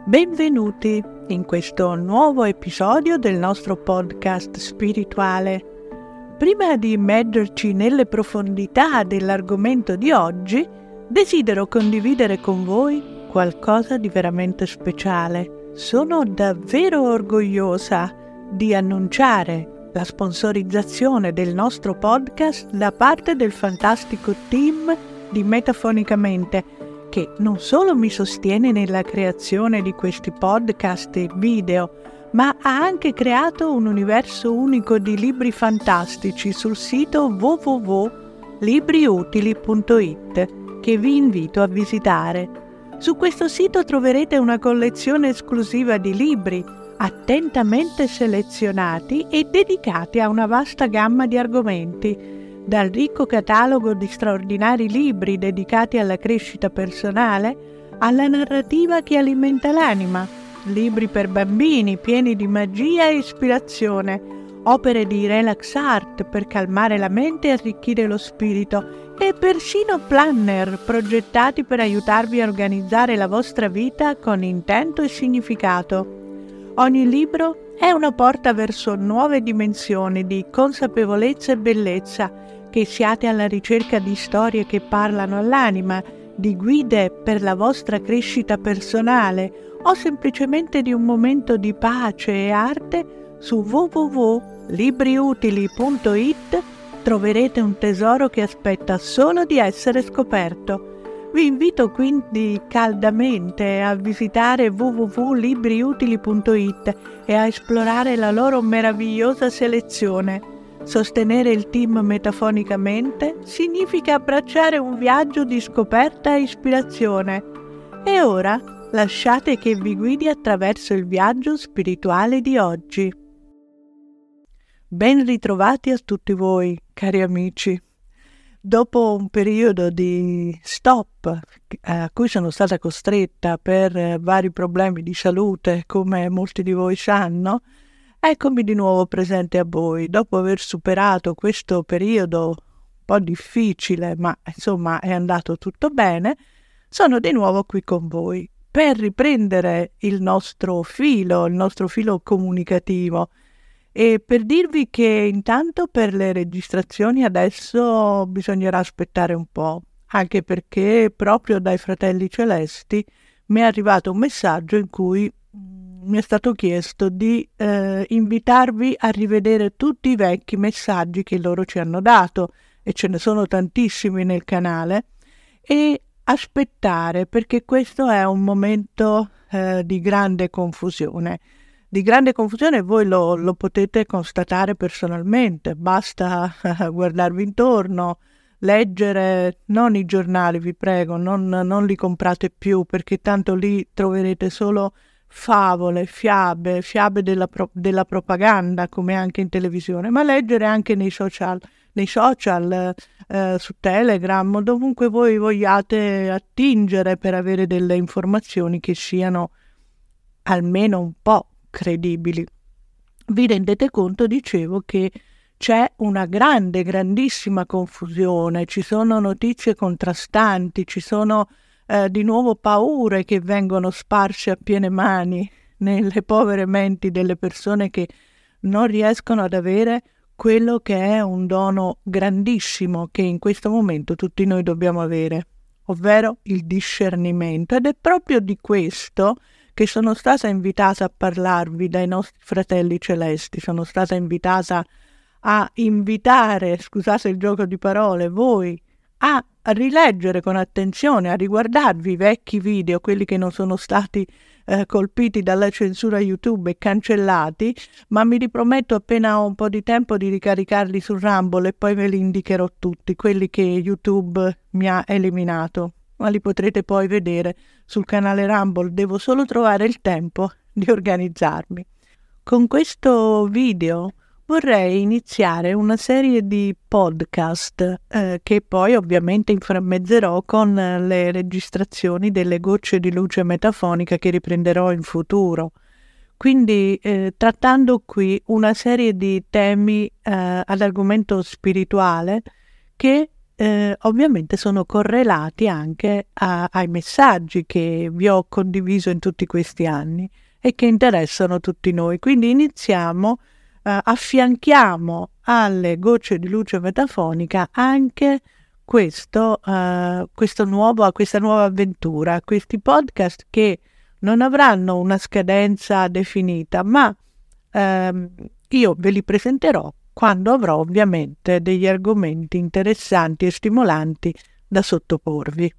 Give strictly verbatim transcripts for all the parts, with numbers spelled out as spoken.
Benvenuti in questo nuovo episodio del nostro podcast spirituale. Prima di immergerci nelle profondità dell'argomento di oggi, desidero condividere con voi qualcosa di veramente speciale. Sono davvero orgogliosa di annunciare la sponsorizzazione del nostro podcast da parte del fantastico team di Metafonicamente, che non solo mi sostiene nella creazione di questi podcast e video, ma ha anche creato un universo unico di libri fantastici sul sito w w w punto libri utili punto i t che vi invito a visitare. Su questo sito troverete una collezione esclusiva di libri attentamente selezionati e dedicati a una vasta gamma di argomenti, dal ricco catalogo di straordinari libri dedicati alla crescita personale alla narrativa che alimenta l'anima, libri per bambini pieni di magia e ispirazione, opere di relax art per calmare la mente e arricchire lo spirito e persino planner progettati per aiutarvi a organizzare la vostra vita con intento e significato. Ogni libro è una porta verso nuove dimensioni di consapevolezza e bellezza, che siate alla ricerca di storie che parlano all'anima, di guide per la vostra crescita personale o semplicemente di un momento di pace e arte, su w w w punto libri utili punto i t troverete un tesoro che aspetta solo di essere scoperto. Vi invito quindi caldamente a visitare w w w punto libri utili punto i t e a esplorare la loro meravigliosa selezione. Sostenere il team metafonicamente significa abbracciare un viaggio di scoperta e ispirazione. E ora lasciate che vi guidi attraverso il viaggio spirituale di oggi. Ben ritrovati a tutti voi, cari amici. Dopo un periodo di stop a cui sono stata costretta per vari problemi di salute, come molti di voi sanno, eccomi di nuovo presente a voi. Dopo aver superato questo periodo un po' difficile, ma insomma è andato tutto bene, sono di nuovo qui con voi per riprendere il nostro filo, il nostro filo comunicativo e per dirvi che intanto per le registrazioni adesso bisognerà aspettare un po', anche perché proprio dai Fratelli Celesti mi è arrivato un messaggio in cui mi è stato chiesto di eh, invitarvi a rivedere tutti i vecchi messaggi che loro ci hanno dato, e ce ne sono tantissimi nel canale, e aspettare, perché questo è un momento eh, di grande confusione. Di grande confusione voi lo, lo potete constatare personalmente, basta guardarvi intorno, leggere, non i giornali, vi prego, non, non li comprate più, perché tanto lì troverete solo favole, fiabe, fiabe della, pro- della propaganda, come anche in televisione, ma leggere anche nei social, nei social eh, su Telegram, dovunque voi vogliate attingere per avere delle informazioni che siano almeno un po' credibili. Vi rendete conto, dicevo, che c'è una grande, grandissima confusione, ci sono notizie contrastanti, ci sono Eh, di nuovo paure che vengono sparse a piene mani nelle povere menti delle persone che non riescono ad avere quello che è un dono grandissimo che in questo momento tutti noi dobbiamo avere, ovvero il discernimento. Ed è proprio di questo che sono stata invitata a parlarvi dai nostri fratelli celesti, sono stata invitata a invitare, scusate il gioco di parole, voi a a rileggere con attenzione, a riguardarvi i vecchi video, quelli che non sono stati eh, colpiti dalla censura YouTube e cancellati, ma mi riprometto appena ho un po' di tempo di ricaricarli su Rumble e poi ve li indicherò tutti, quelli che YouTube mi ha eliminato, ma li potrete poi vedere sul canale Rumble, devo solo trovare il tempo di organizzarmi. Con questo video vorrei iniziare una serie di podcast eh, che poi ovviamente inframmezzerò con le registrazioni delle gocce di luce metafonica che riprenderò in futuro. Quindi eh, trattando qui una serie di temi eh, ad argomento spirituale che eh, ovviamente sono correlati anche a, ai messaggi che vi ho condiviso in tutti questi anni e che interessano tutti noi. Quindi iniziamo, eh, affianchiamo alle gocce di luce metafonica anche questo, uh, questo nuovo, questa nuova avventura, questi podcast che non avranno una scadenza definita, ma ehm, io ve li presenterò quando avrò ovviamente degli argomenti interessanti e stimolanti da sottoporvi.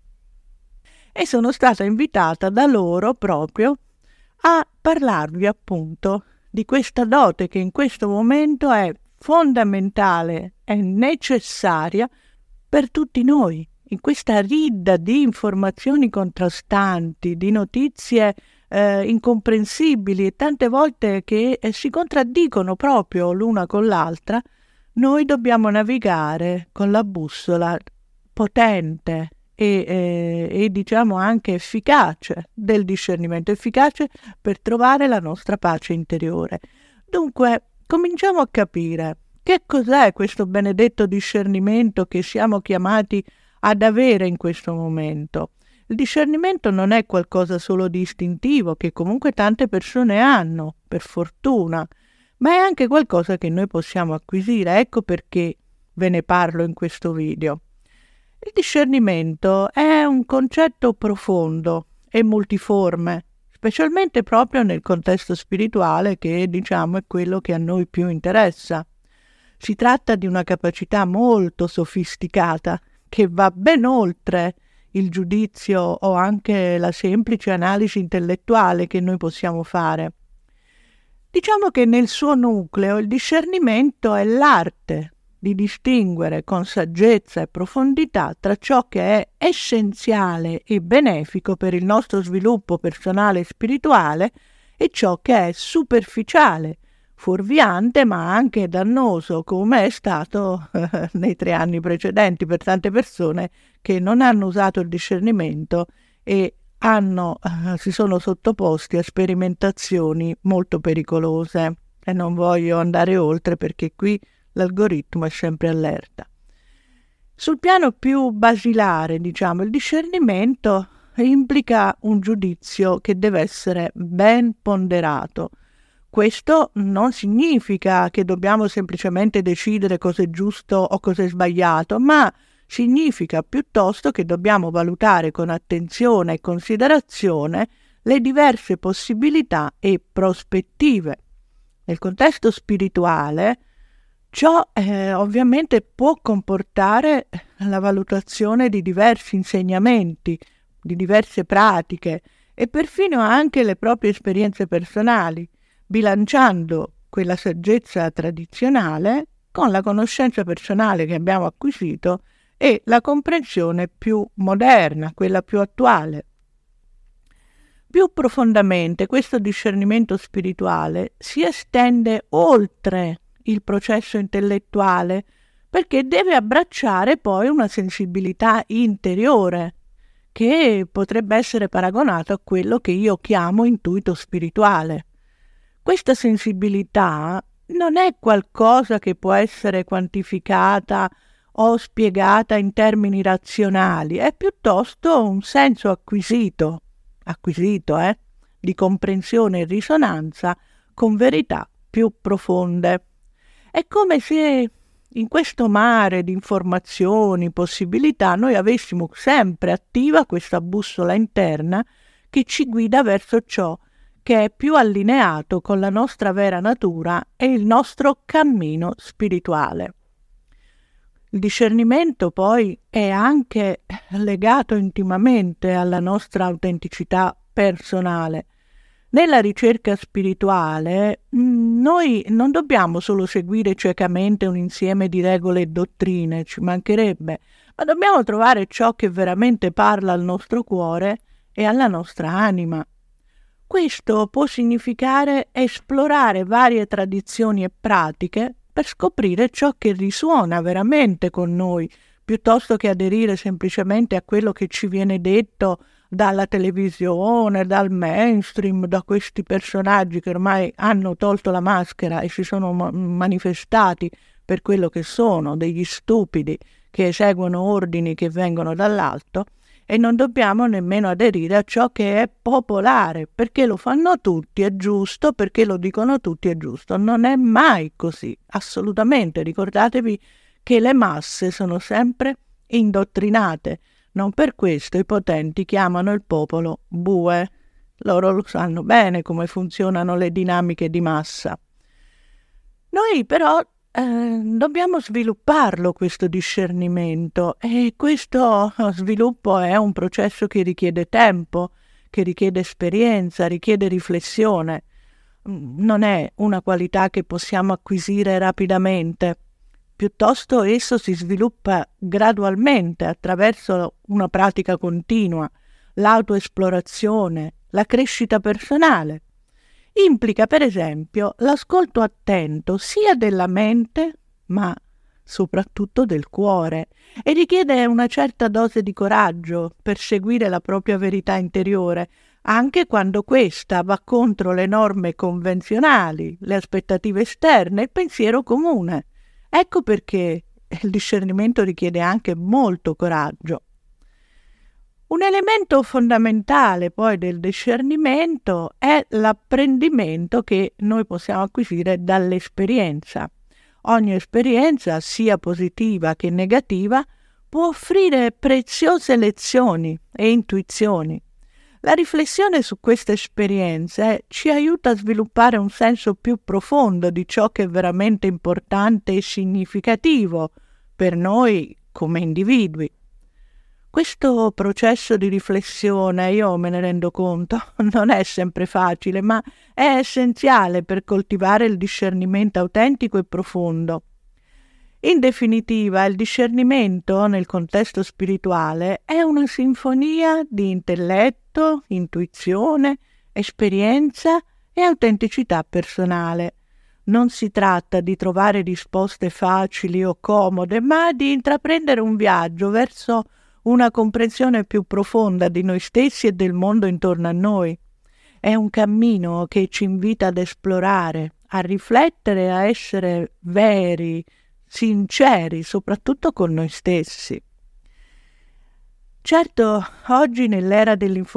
E sono stata invitata da loro proprio a parlarvi appunto di questa dote che in questo momento è fondamentale e necessaria per tutti noi, in questa ridda di informazioni contrastanti, di notizie eh, incomprensibili e tante volte che eh, si contraddicono proprio l'una con l'altra, noi dobbiamo navigare con la bussola potente e, eh, e diciamo anche efficace del discernimento, efficace per trovare la nostra pace interiore. Dunque, cominciamo a capire che cos'è questo benedetto discernimento che siamo chiamati ad avere in questo momento. Il discernimento non è qualcosa solo di istintivo, che comunque tante persone hanno, per fortuna, ma è anche qualcosa che noi possiamo acquisire. Ecco perché ve ne parlo in questo video. Il discernimento è un concetto profondo e multiforme, specialmente proprio nel contesto spirituale che, diciamo, è quello che a noi più interessa. Si tratta di una capacità molto sofisticata che va ben oltre il giudizio o anche la semplice analisi intellettuale che noi possiamo fare. Diciamo che nel suo nucleo il discernimento è l'arte di distinguere con saggezza e profondità tra ciò che è essenziale e benefico per il nostro sviluppo personale e spirituale e ciò che è superficiale, fuorviante ma anche dannoso, come è stato eh, nei tre anni precedenti per tante persone che non hanno usato il discernimento e hanno, eh, si sono sottoposti a sperimentazioni molto pericolose. E non voglio andare oltre perché qui l'algoritmo è sempre allerta. Sul piano più basilare, diciamo, il discernimento implica un giudizio che deve essere ben ponderato. Questo non significa che dobbiamo semplicemente decidere cosa è giusto o cosa è sbagliato, ma significa piuttosto che dobbiamo valutare con attenzione e considerazione le diverse possibilità e prospettive. Nel contesto spirituale, ciò eh, ovviamente può comportare la valutazione di diversi insegnamenti, di diverse pratiche e perfino anche le proprie esperienze personali, bilanciando quella saggezza tradizionale con la conoscenza personale che abbiamo acquisito e la comprensione più moderna, quella più attuale. Più profondamente questo discernimento spirituale si estende oltre il processo intellettuale perché deve abbracciare poi una sensibilità interiore che potrebbe essere paragonato a quello che io chiamo intuito spirituale. Questa sensibilità non è qualcosa che può essere quantificata o spiegata in termini razionali, è piuttosto un senso acquisito, acquisito, eh, di comprensione e risonanza con verità più profonde. È come se in questo mare di informazioni, possibilità, noi avessimo sempre attiva questa bussola interna che ci guida verso ciò che è più allineato con la nostra vera natura e il nostro cammino spirituale. Il discernimento poi è anche legato intimamente alla nostra autenticità personale. Nella ricerca spirituale noi non dobbiamo solo seguire ciecamente un insieme di regole e dottrine, ci mancherebbe, ma dobbiamo trovare ciò che veramente parla al nostro cuore e alla nostra anima. Questo può significare esplorare varie tradizioni e pratiche per scoprire ciò che risuona veramente con noi, piuttosto che aderire semplicemente a quello che ci viene detto dalla televisione, dal mainstream, da questi personaggi che ormai hanno tolto la maschera e si sono ma- manifestati per quello che sono, degli stupidi che eseguono ordini che vengono dall'alto, e non dobbiamo nemmeno aderire a ciò che è popolare, perché lo fanno tutti, è giusto, perché lo dicono tutti, è giusto. Non è mai così, assolutamente. Ricordatevi che le masse sono sempre indottrinate. Non per questo i potenti chiamano il popolo bue. Loro lo sanno bene come funzionano le dinamiche di massa. Noi però eh, dobbiamo svilupparlo questo discernimento, e questo sviluppo è un processo che richiede tempo, che richiede esperienza, richiede riflessione. Non è una qualità che possiamo acquisire rapidamente, piuttosto esso si sviluppa gradualmente attraverso una pratica continua, l'autoesplorazione, la crescita personale. Implica, per esempio, l'ascolto attento sia della mente, ma soprattutto del cuore, e richiede una certa dose di coraggio per seguire la propria verità interiore, anche quando questa va contro le norme convenzionali, le aspettative esterne, il pensiero comune. Ecco perché il discernimento richiede anche molto coraggio. Un elemento fondamentale poi del discernimento è l'apprendimento che noi possiamo acquisire dall'esperienza. Ogni esperienza, sia positiva che negativa, può offrire preziose lezioni e intuizioni. La riflessione su queste esperienze ci aiuta a sviluppare un senso più profondo di ciò che è veramente importante e significativo per noi come individui. Questo processo di riflessione, io me ne rendo conto, non è sempre facile, ma è essenziale per coltivare il discernimento autentico e profondo. In definitiva, il discernimento nel contesto spirituale è una sinfonia di intelletto, intuizione, esperienza e autenticità personale. Non si tratta di trovare risposte facili o comode, ma di intraprendere un viaggio verso una comprensione più profonda di noi stessi e del mondo intorno a noi. È un cammino che ci invita ad esplorare, a riflettere, a essere veri, sinceri, soprattutto con noi stessi. Certo, oggi nell'era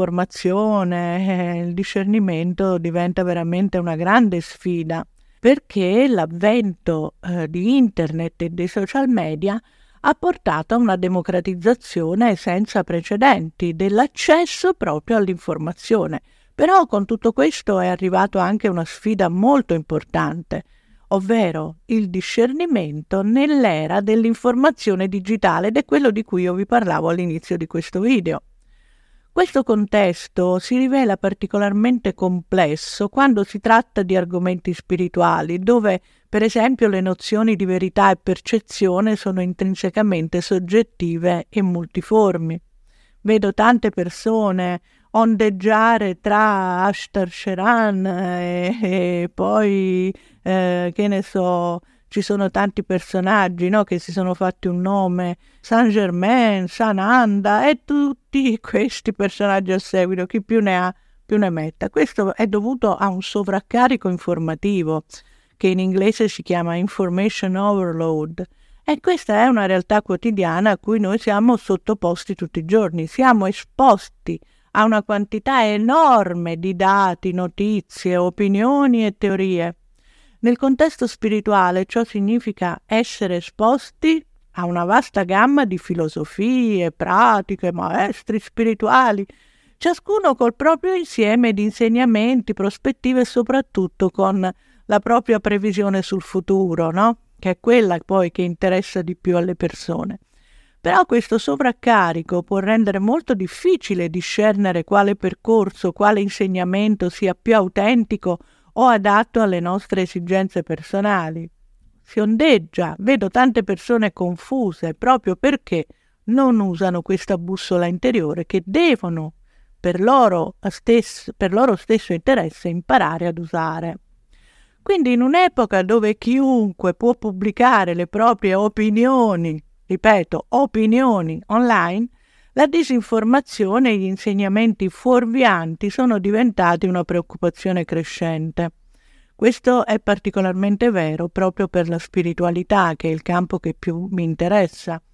dell'informazione eh, il discernimento diventa veramente una grande sfida, perché l'avvento eh, di internet e dei social media ha portato a una democratizzazione senza precedenti dell'accesso proprio all'informazione. Però con tutto questo è arrivato anche una sfida molto importante, ovvero il discernimento nell'era dell'informazione digitale, ed è quello di cui io vi parlavo all'inizio di questo video. Questo contesto si rivela particolarmente complesso quando si tratta di argomenti spirituali, dove per esempio le nozioni di verità e percezione sono intrinsecamente soggettive e multiformi. Vedo tante persone ondeggiare tra Ashtar Sheran e, e poi, eh, che ne so, ci sono tanti personaggi, no, che si sono fatti un nome, Saint Germain, Sananda e tutti questi personaggi a seguito, chi più ne ha più ne metta. Questo è dovuto a un sovraccarico informativo, che in inglese si chiama information overload, e questa è una realtà quotidiana a cui noi siamo sottoposti tutti i giorni, siamo esposti a una quantità enorme di dati, notizie, opinioni e teorie. Nel contesto spirituale ciò significa essere esposti a una vasta gamma di filosofie, pratiche, maestri spirituali, ciascuno col proprio insieme di insegnamenti, prospettive e soprattutto con la propria previsione sul futuro, no? Che è quella poi che interessa di più alle persone. Però questo sovraccarico può rendere molto difficile discernere quale percorso, quale insegnamento sia più autentico o adatto alle nostre esigenze personali. Si ondeggia, vedo tante persone confuse proprio perché non usano questa bussola interiore che devono, per loro stesso, per loro stesso interesse, imparare ad usare. Quindi in un'epoca dove chiunque può pubblicare le proprie opinioni, ripeto, opinioni online, la disinformazione e gli insegnamenti fuorvianti sono diventati una preoccupazione crescente. Questo è particolarmente vero proprio per la spiritualità, che è il campo che più mi interessa.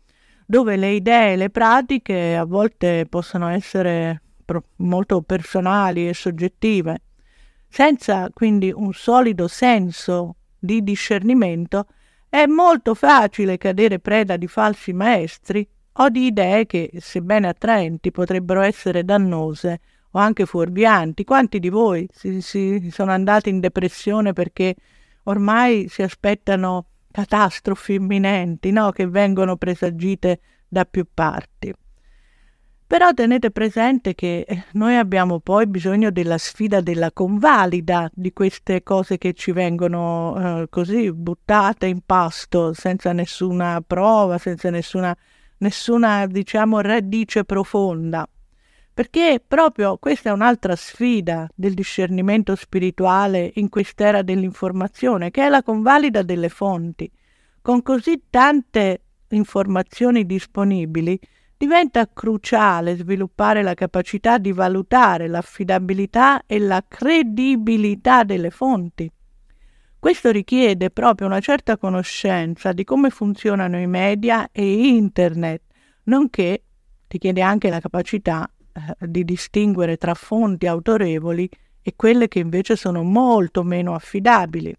dove le idee e le pratiche a volte possono essere pro- molto personali e soggettive. Senza quindi un solido senso di discernimento è molto facile cadere preda di falsi maestri o di idee che, sebbene attraenti, potrebbero essere dannose o anche fuorvianti. Quanti di voi si, si sono andati in depressione perché ormai si aspettano catastrofi imminenti, no? Che vengono presagite da più parti. Però tenete presente che noi abbiamo poi bisogno della sfida della convalida di queste cose che ci vengono eh, così buttate in pasto senza nessuna prova, senza nessuna, nessuna diciamo radice profonda. Perché proprio questa è un'altra sfida del discernimento spirituale in quest'era dell'informazione, che è la convalida delle fonti. Con così tante informazioni disponibili, diventa cruciale sviluppare la capacità di valutare l'affidabilità e la credibilità delle fonti. Questo richiede proprio una certa conoscenza di come funzionano i media e internet, nonché richiede anche la capacità eh, di distinguere tra fonti autorevoli e quelle che invece sono molto meno affidabili.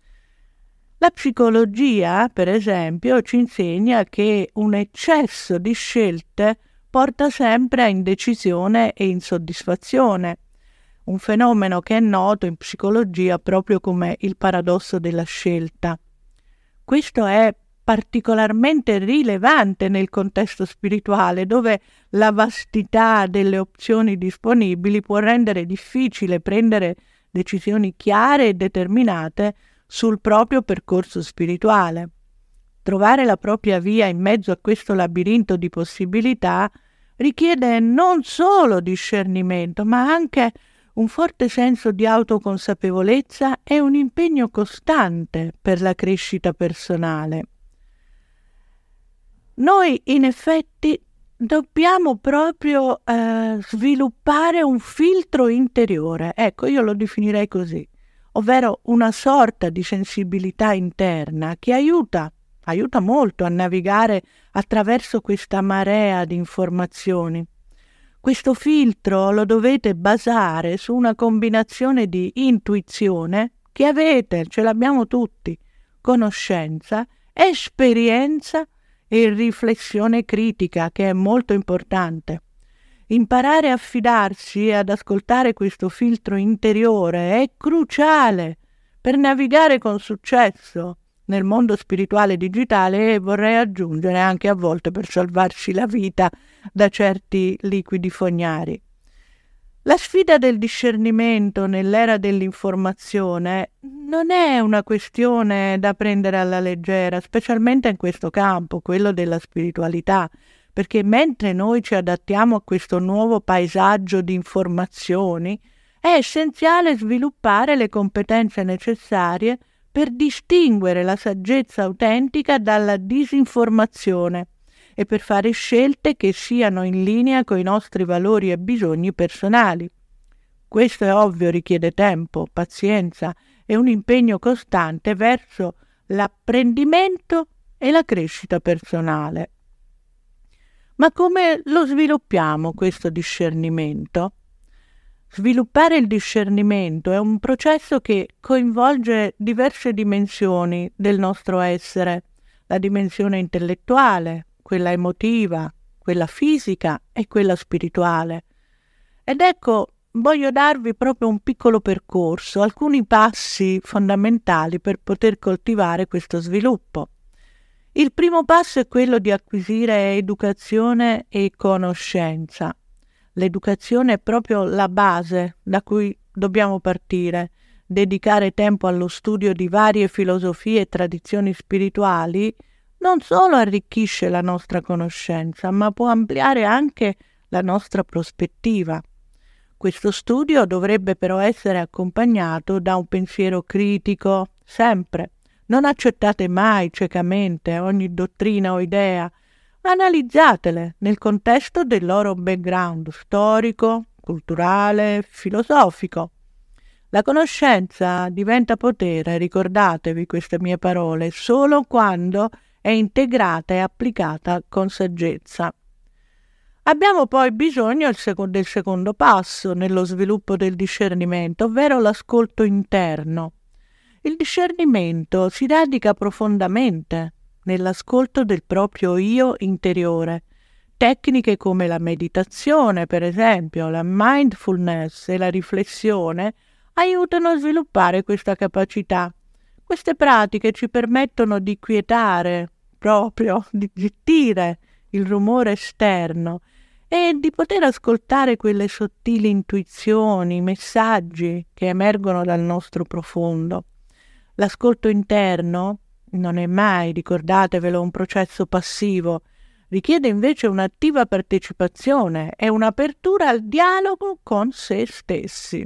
La psicologia, per esempio, ci insegna che un eccesso di scelte porta sempre a indecisione e insoddisfazione, un fenomeno che è noto in psicologia proprio come il paradosso della scelta. Questo è particolarmente rilevante nel contesto spirituale, dove la vastità delle opzioni disponibili può rendere difficile prendere decisioni chiare e determinate sul proprio percorso spirituale. Trovare la propria via in mezzo a questo labirinto di possibilità richiede non solo discernimento, ma anche un forte senso di autoconsapevolezza e un impegno costante per la crescita personale. Noi in effetti dobbiamo proprio eh, sviluppare un filtro interiore, ecco, io lo definirei così, ovvero una sorta di sensibilità interna che aiuta, aiuta molto a navigare attraverso questa marea di informazioni. Questo filtro lo dovete basare su una combinazione di intuizione che avete, ce l'abbiamo tutti, conoscenza, esperienza e riflessione critica, che è molto importante. Imparare a fidarsi e ad ascoltare questo filtro interiore è cruciale per navigare con successo nel mondo spirituale digitale e vorrei aggiungere anche a volte per salvarci la vita da certi liquidi fognari. La sfida del discernimento nell'era dell'informazione non è una questione da prendere alla leggera, specialmente in questo campo, quello della spiritualità, perché mentre noi ci adattiamo a questo nuovo paesaggio di informazioni, è essenziale sviluppare le competenze necessarie per distinguere la saggezza autentica dalla disinformazione e per fare scelte che siano in linea con i nostri valori e bisogni personali. Questo è ovvio, richiede tempo, pazienza e un impegno costante verso l'apprendimento e la crescita personale. Ma come lo sviluppiamo questo discernimento? Sviluppare il discernimento è un processo che coinvolge diverse dimensioni del nostro essere, la dimensione intellettuale, quella emotiva, quella fisica e quella spirituale. Ed ecco, voglio darvi proprio un piccolo percorso, alcuni passi fondamentali per poter coltivare questo sviluppo. Il primo passo è quello di acquisire educazione e conoscenza. L'educazione è proprio la base da cui dobbiamo partire. Dedicare tempo allo studio di varie filosofie e tradizioni spirituali non solo arricchisce la nostra conoscenza, ma può ampliare anche la nostra prospettiva. Questo studio dovrebbe però essere accompagnato da un pensiero critico, sempre. Non accettate mai ciecamente ogni dottrina o idea, ma analizzatele nel contesto del loro background storico, culturale, filosofico. La conoscenza diventa potere, ricordatevi queste mie parole, solo quando è integrata e applicata con saggezza. Abbiamo poi bisogno del secondo, del secondo passo nello sviluppo del discernimento, ovvero l'ascolto interno. Il discernimento si radica profondamente nell'ascolto del proprio io interiore. Tecniche come la meditazione, per esempio, la mindfulness e la riflessione aiutano a sviluppare questa capacità. Queste pratiche ci permettono di quietare, proprio di zittire il rumore esterno e di poter ascoltare quelle sottili intuizioni, messaggi che emergono dal nostro profondo. L'ascolto interno non è mai, ricordatevelo, un processo passivo, richiede invece un'attiva partecipazione e un'apertura al dialogo con se stessi.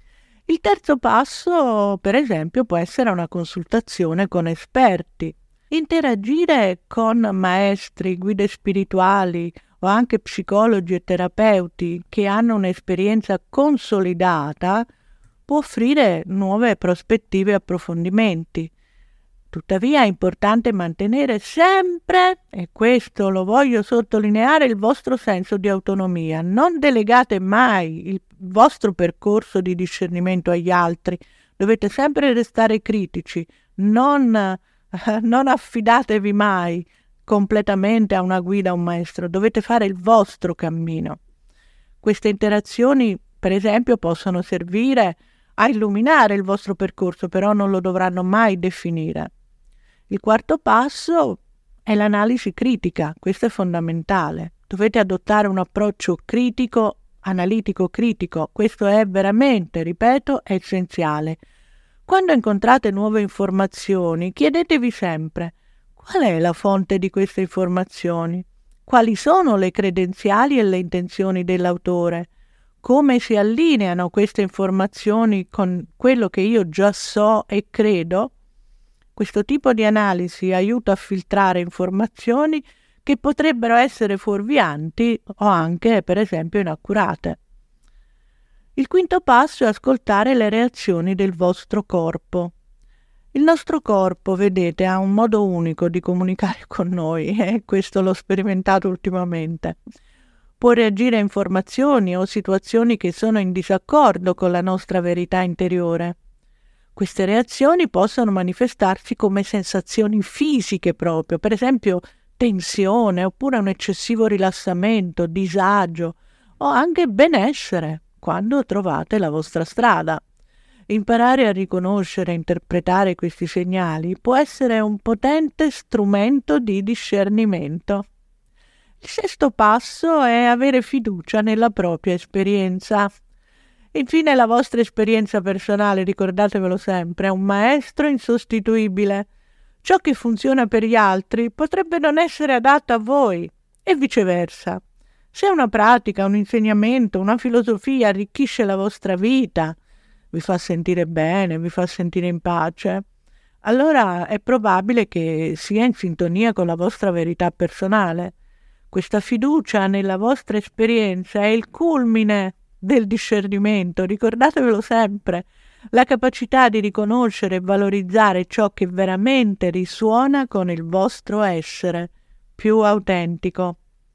Il terzo passo, per esempio, può essere una consultazione con esperti. Interagire con maestri, guide spirituali o anche psicologi e terapeuti che hanno un'esperienza consolidata può offrire nuove prospettive e approfondimenti. Tuttavia è importante mantenere sempre, e questo lo voglio sottolineare, il vostro senso di autonomia. Non delegate mai il vostro percorso di discernimento agli altri. Dovete sempre restare critici. Non, eh, non affidatevi mai completamente a una guida, a un maestro. Dovete fare il vostro cammino. Queste interazioni, per esempio, possono servire a illuminare il vostro percorso, però non lo dovranno mai definire. Il quarto passo è l'analisi critica, questo è fondamentale. Dovete adottare un approccio critico, analitico critico, questo è veramente, ripeto, essenziale. Quando incontrate nuove informazioni, chiedetevi sempre: qual è la fonte di queste informazioni? Quali sono le credenziali e le intenzioni dell'autore? Come si allineano queste informazioni con quello che io già so e credo? Questo tipo di analisi aiuta a filtrare informazioni che potrebbero essere fuorvianti o anche, per esempio, inaccurate. Il quinto passo è ascoltare le reazioni del vostro corpo. Il nostro corpo, vedete, ha un modo unico di comunicare con noi e questo l'ho sperimentato ultimamente. Può reagire a informazioni o situazioni che sono in disaccordo con la nostra verità interiore. Queste reazioni possono manifestarsi come sensazioni fisiche proprio, per esempio tensione oppure un eccessivo rilassamento, disagio o anche benessere quando trovate la vostra strada. Imparare a riconoscere e interpretare questi segnali può essere un potente strumento di discernimento. Il sesto passo è avere fiducia nella propria esperienza. Infine, la vostra esperienza personale, ricordatevelo sempre, è un maestro insostituibile. Ciò che funziona per gli altri potrebbe non essere adatto a voi e viceversa. Se una pratica, un insegnamento, una filosofia arricchisce la vostra vita, vi fa sentire bene, vi fa sentire in pace, allora è probabile che sia in sintonia con la vostra verità personale. Questa fiducia nella vostra esperienza è il culmine del discernimento, ricordatevelo sempre, la capacità di riconoscere e valorizzare ciò che veramente risuona con il vostro essere più autentico.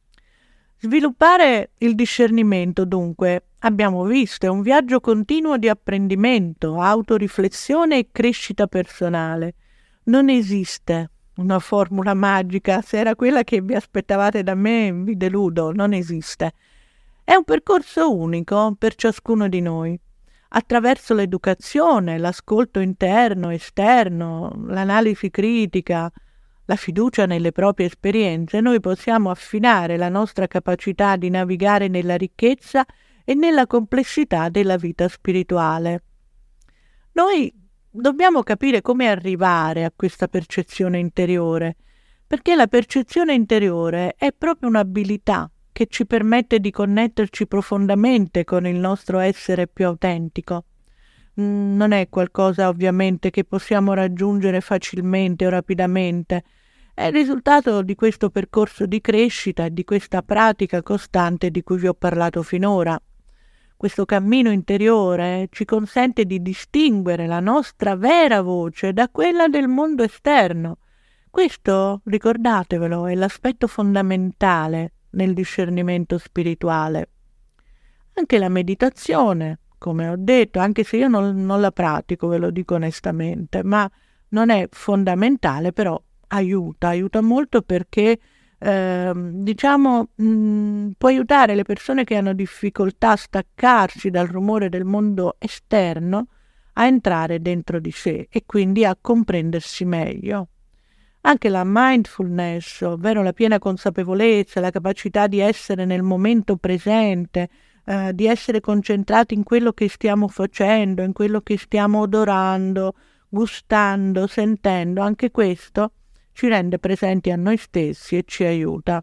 Sviluppare il discernimento, dunque, abbiamo visto, è un viaggio continuo di apprendimento, autoriflessione e crescita personale. Non esiste una formula magica, se era quella che vi aspettavate da me vi deludo, non esiste. È un percorso unico per ciascuno di noi. Attraverso l'educazione, l'ascolto interno, esterno, l'analisi critica, la fiducia nelle proprie esperienze, noi possiamo affinare la nostra capacità di navigare nella ricchezza e nella complessità della vita spirituale. Noi dobbiamo capire come arrivare a questa percezione interiore, perché la percezione interiore è proprio un'abilità che ci permette di connetterci profondamente con il nostro essere più autentico. Non è qualcosa ovviamente che possiamo raggiungere facilmente o rapidamente, è il risultato di questo percorso di crescita e di questa pratica costante di cui vi ho parlato finora. Questo cammino interiore ci consente di distinguere la nostra vera voce da quella del mondo esterno. Questo, ricordatevelo, è l'aspetto fondamentale nel discernimento spirituale. Anche la meditazione, come ho detto, anche se io non, non la pratico, ve lo dico onestamente, ma non è fondamentale, però aiuta, aiuta molto perché eh, diciamo mh, può aiutare le persone che hanno difficoltà a staccarsi dal rumore del mondo esterno a entrare dentro di sé e quindi a comprendersi meglio. Anche la mindfulness, ovvero la piena consapevolezza, la capacità di essere nel momento presente, eh, di essere concentrati in quello che stiamo facendo, in quello che stiamo odorando, gustando, sentendo, anche questo ci rende presenti a noi stessi e ci aiuta.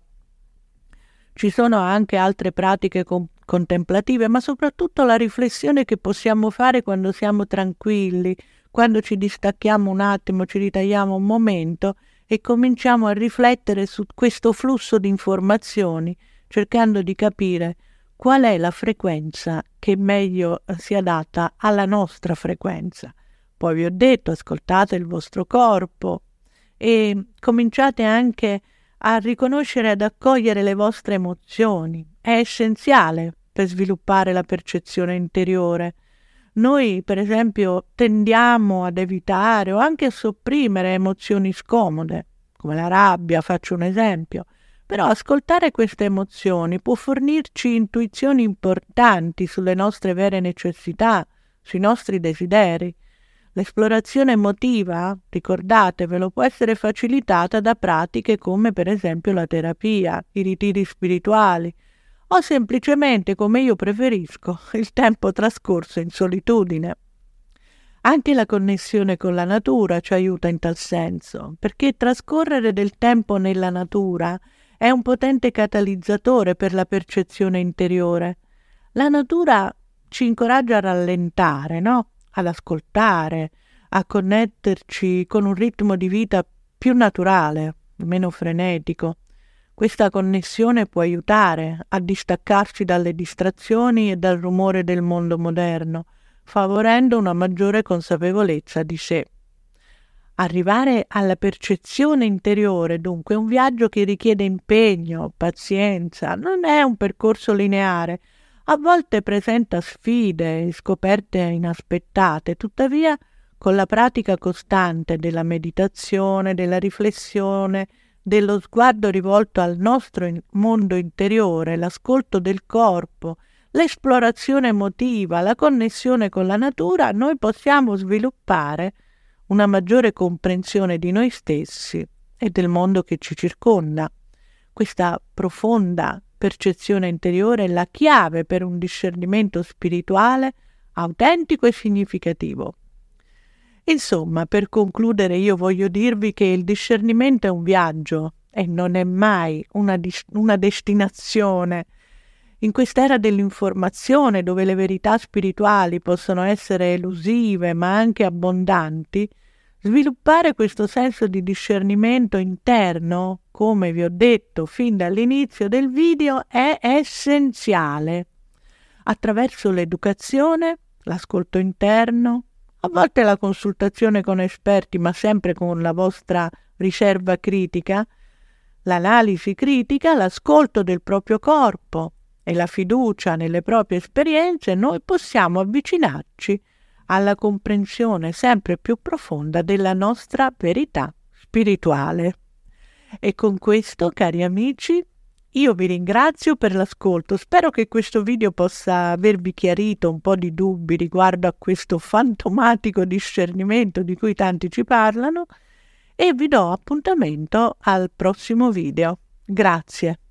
Ci sono anche altre pratiche con- contemplative, ma soprattutto la riflessione che possiamo fare quando siamo tranquilli, quando ci distacchiamo un attimo, ci ritagliamo un momento e cominciamo a riflettere su questo flusso di informazioni, cercando di capire qual è la frequenza che meglio si adatta alla nostra frequenza. Poi vi ho detto, ascoltate il vostro corpo e cominciate anche a riconoscere e ad accogliere le vostre emozioni. È essenziale per sviluppare la percezione interiore. Noi, per esempio, tendiamo ad evitare o anche a sopprimere emozioni scomode, come la rabbia, faccio un esempio. Però ascoltare queste emozioni può fornirci intuizioni importanti sulle nostre vere necessità, sui nostri desideri. L'esplorazione emotiva, ricordatevelo, può essere facilitata da pratiche come per esempio la terapia, i ritiri spirituali, o semplicemente, come io preferisco, il tempo trascorso in solitudine. Anche la connessione con la natura ci aiuta in tal senso, perché trascorrere del tempo nella natura è un potente catalizzatore per la percezione interiore. La natura ci incoraggia a rallentare, no? Ad ascoltare, a connetterci con un ritmo di vita più naturale, meno frenetico. Questa connessione può aiutare a distaccarci dalle distrazioni e dal rumore del mondo moderno, favorendo una maggiore consapevolezza di sé. Arrivare alla percezione interiore, dunque, è un viaggio che richiede impegno, pazienza, non è un percorso lineare. A volte presenta sfide e scoperte inaspettate, tuttavia con la pratica costante della meditazione, della riflessione, dello sguardo rivolto al nostro in- mondo interiore, l'ascolto del corpo, l'esplorazione emotiva, la connessione con la natura, noi possiamo sviluppare una maggiore comprensione di noi stessi e del mondo che ci circonda. Questa profonda percezione interiore è la chiave per un discernimento spirituale autentico e significativo. Insomma, per concludere, io voglio dirvi che il discernimento è un viaggio e non è mai una, dis- una destinazione. In quest'era dell'informazione, dove le verità spirituali possono essere elusive ma anche abbondanti, sviluppare questo senso di discernimento interno, come vi ho detto fin dall'inizio del video, è essenziale. Attraverso l'educazione, l'ascolto interno, a volte la consultazione con esperti, ma sempre con la vostra riserva critica, l'analisi critica, l'ascolto del proprio corpo e la fiducia nelle proprie esperienze, noi possiamo avvicinarci alla comprensione sempre più profonda della nostra verità spirituale. E con questo, cari amici, io vi ringrazio per l'ascolto. Spero che questo video possa avervi chiarito un po' di dubbi riguardo a questo fantomatico discernimento di cui tanti ci parlano e vi do appuntamento al prossimo video. Grazie.